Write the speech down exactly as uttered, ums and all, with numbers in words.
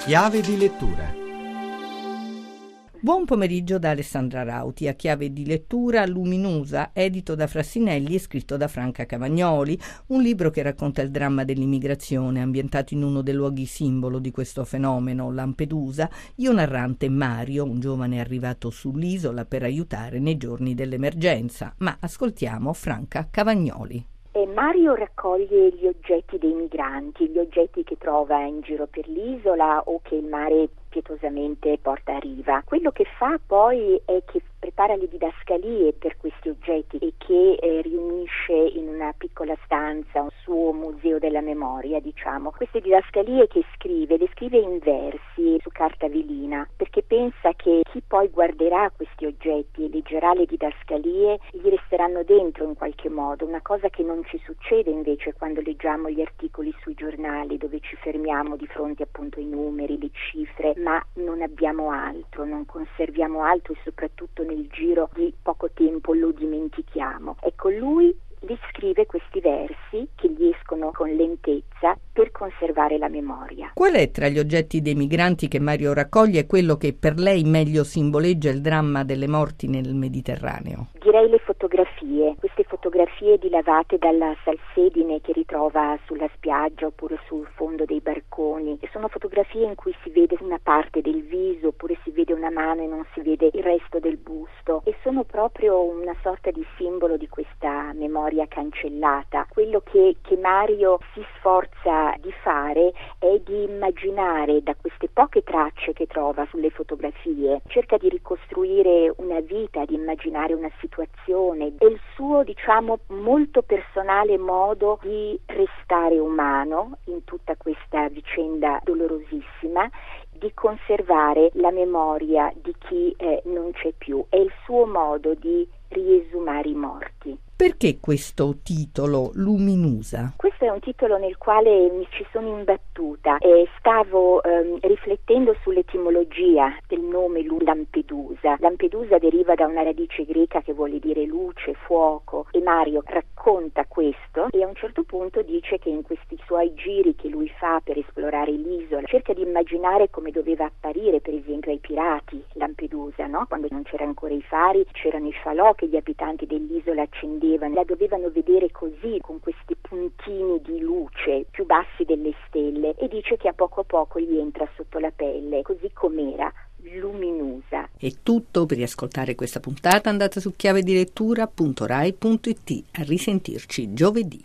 Chiave di lettura. Buon pomeriggio da Alessandra Rauti. A Chiave di lettura Luminosa, edito da Frassinelli e scritto da Franca Cavagnoli, un libro che racconta il dramma dell'immigrazione, ambientato in uno dei luoghi simbolo di questo fenomeno, Lampedusa. Io narrante Mario, un giovane arrivato sull'isola per aiutare nei giorni dell'emergenza. Ma ascoltiamo Franca Cavagnoli. E Mario raccoglie gli oggetti dei migranti, gli oggetti che trova in giro per l'isola o che il mare pietosamente porta a riva. Quello che fa poi è che prepara le didascalie per questi oggetti e che eh, riunisce in una piccola stanza un suo museo della memoria, diciamo. Queste didascalie che scrive, le scrive in versi su carta velina, perché pensa che chi poi guarderà questi oggetti e leggerà le didascalie gli resteranno dentro in qualche modo, una cosa che non ci succede invece quando leggiamo gli articoli sui giornali, dove ci fermiamo di fronte appunto ai numeri, le cifre, ma non abbiamo altro, non conserviamo altro e soprattutto nel giro di poco tempo lo dimentichiamo. Ecco, lui li scrive questi versi che gli escono con lentezza per conservare la memoria. Qual è tra gli oggetti dei migranti che Mario raccoglie quello che per lei meglio simboleggia il dramma delle morti nel Mediterraneo? Direi le fotografie, queste fotografie dilavate dalla salsedine che ritrova sulla spiaggia oppure sul fondo dei barconi. E sono fotografie in cui si vede una parte del viso oppure si vede una mano e non si vede il resto del busto, e sono proprio una sorta di simbolo di questa memoria cancellata. Quello che, che Mario si sforza di fare è di immaginare da queste poche tracce che trova sulle fotografie, cerca di ricostruire una vita, di immaginare una situazione, è il suo, diciamo, molto personale modo di restare umano in tutta questa vicenda dolorosissima, di conservare la memoria di chi eh, non c'è più. È il suo modo di riesumare i morti. Perché questo titolo, Luminosa? Questo è un titolo nel quale mi ci sono imbattuta e stavo ehm, riflettendo sull'etimologia del nome Lampedusa. Lampedusa deriva da una radice greca che vuole dire luce, fuoco, e Mario racconta questo e a un certo punto dice che in questi suoi giri che lui fa per esplorare l'isola cerca di immaginare come doveva apparire per esempio ai pirati Lampedusa, no? Quando non c'erano ancora i fari, c'erano i falò che gli abitanti dell'isola accendevano. La dovevano vedere così, con questi puntini di luce più bassi delle stelle, e dice che a poco a poco gli entra sotto la pelle, così com'era, luminosa. È tutto. Per riascoltare questa puntata andate su chiavedilettura punto rai punto it. A risentirci giovedì.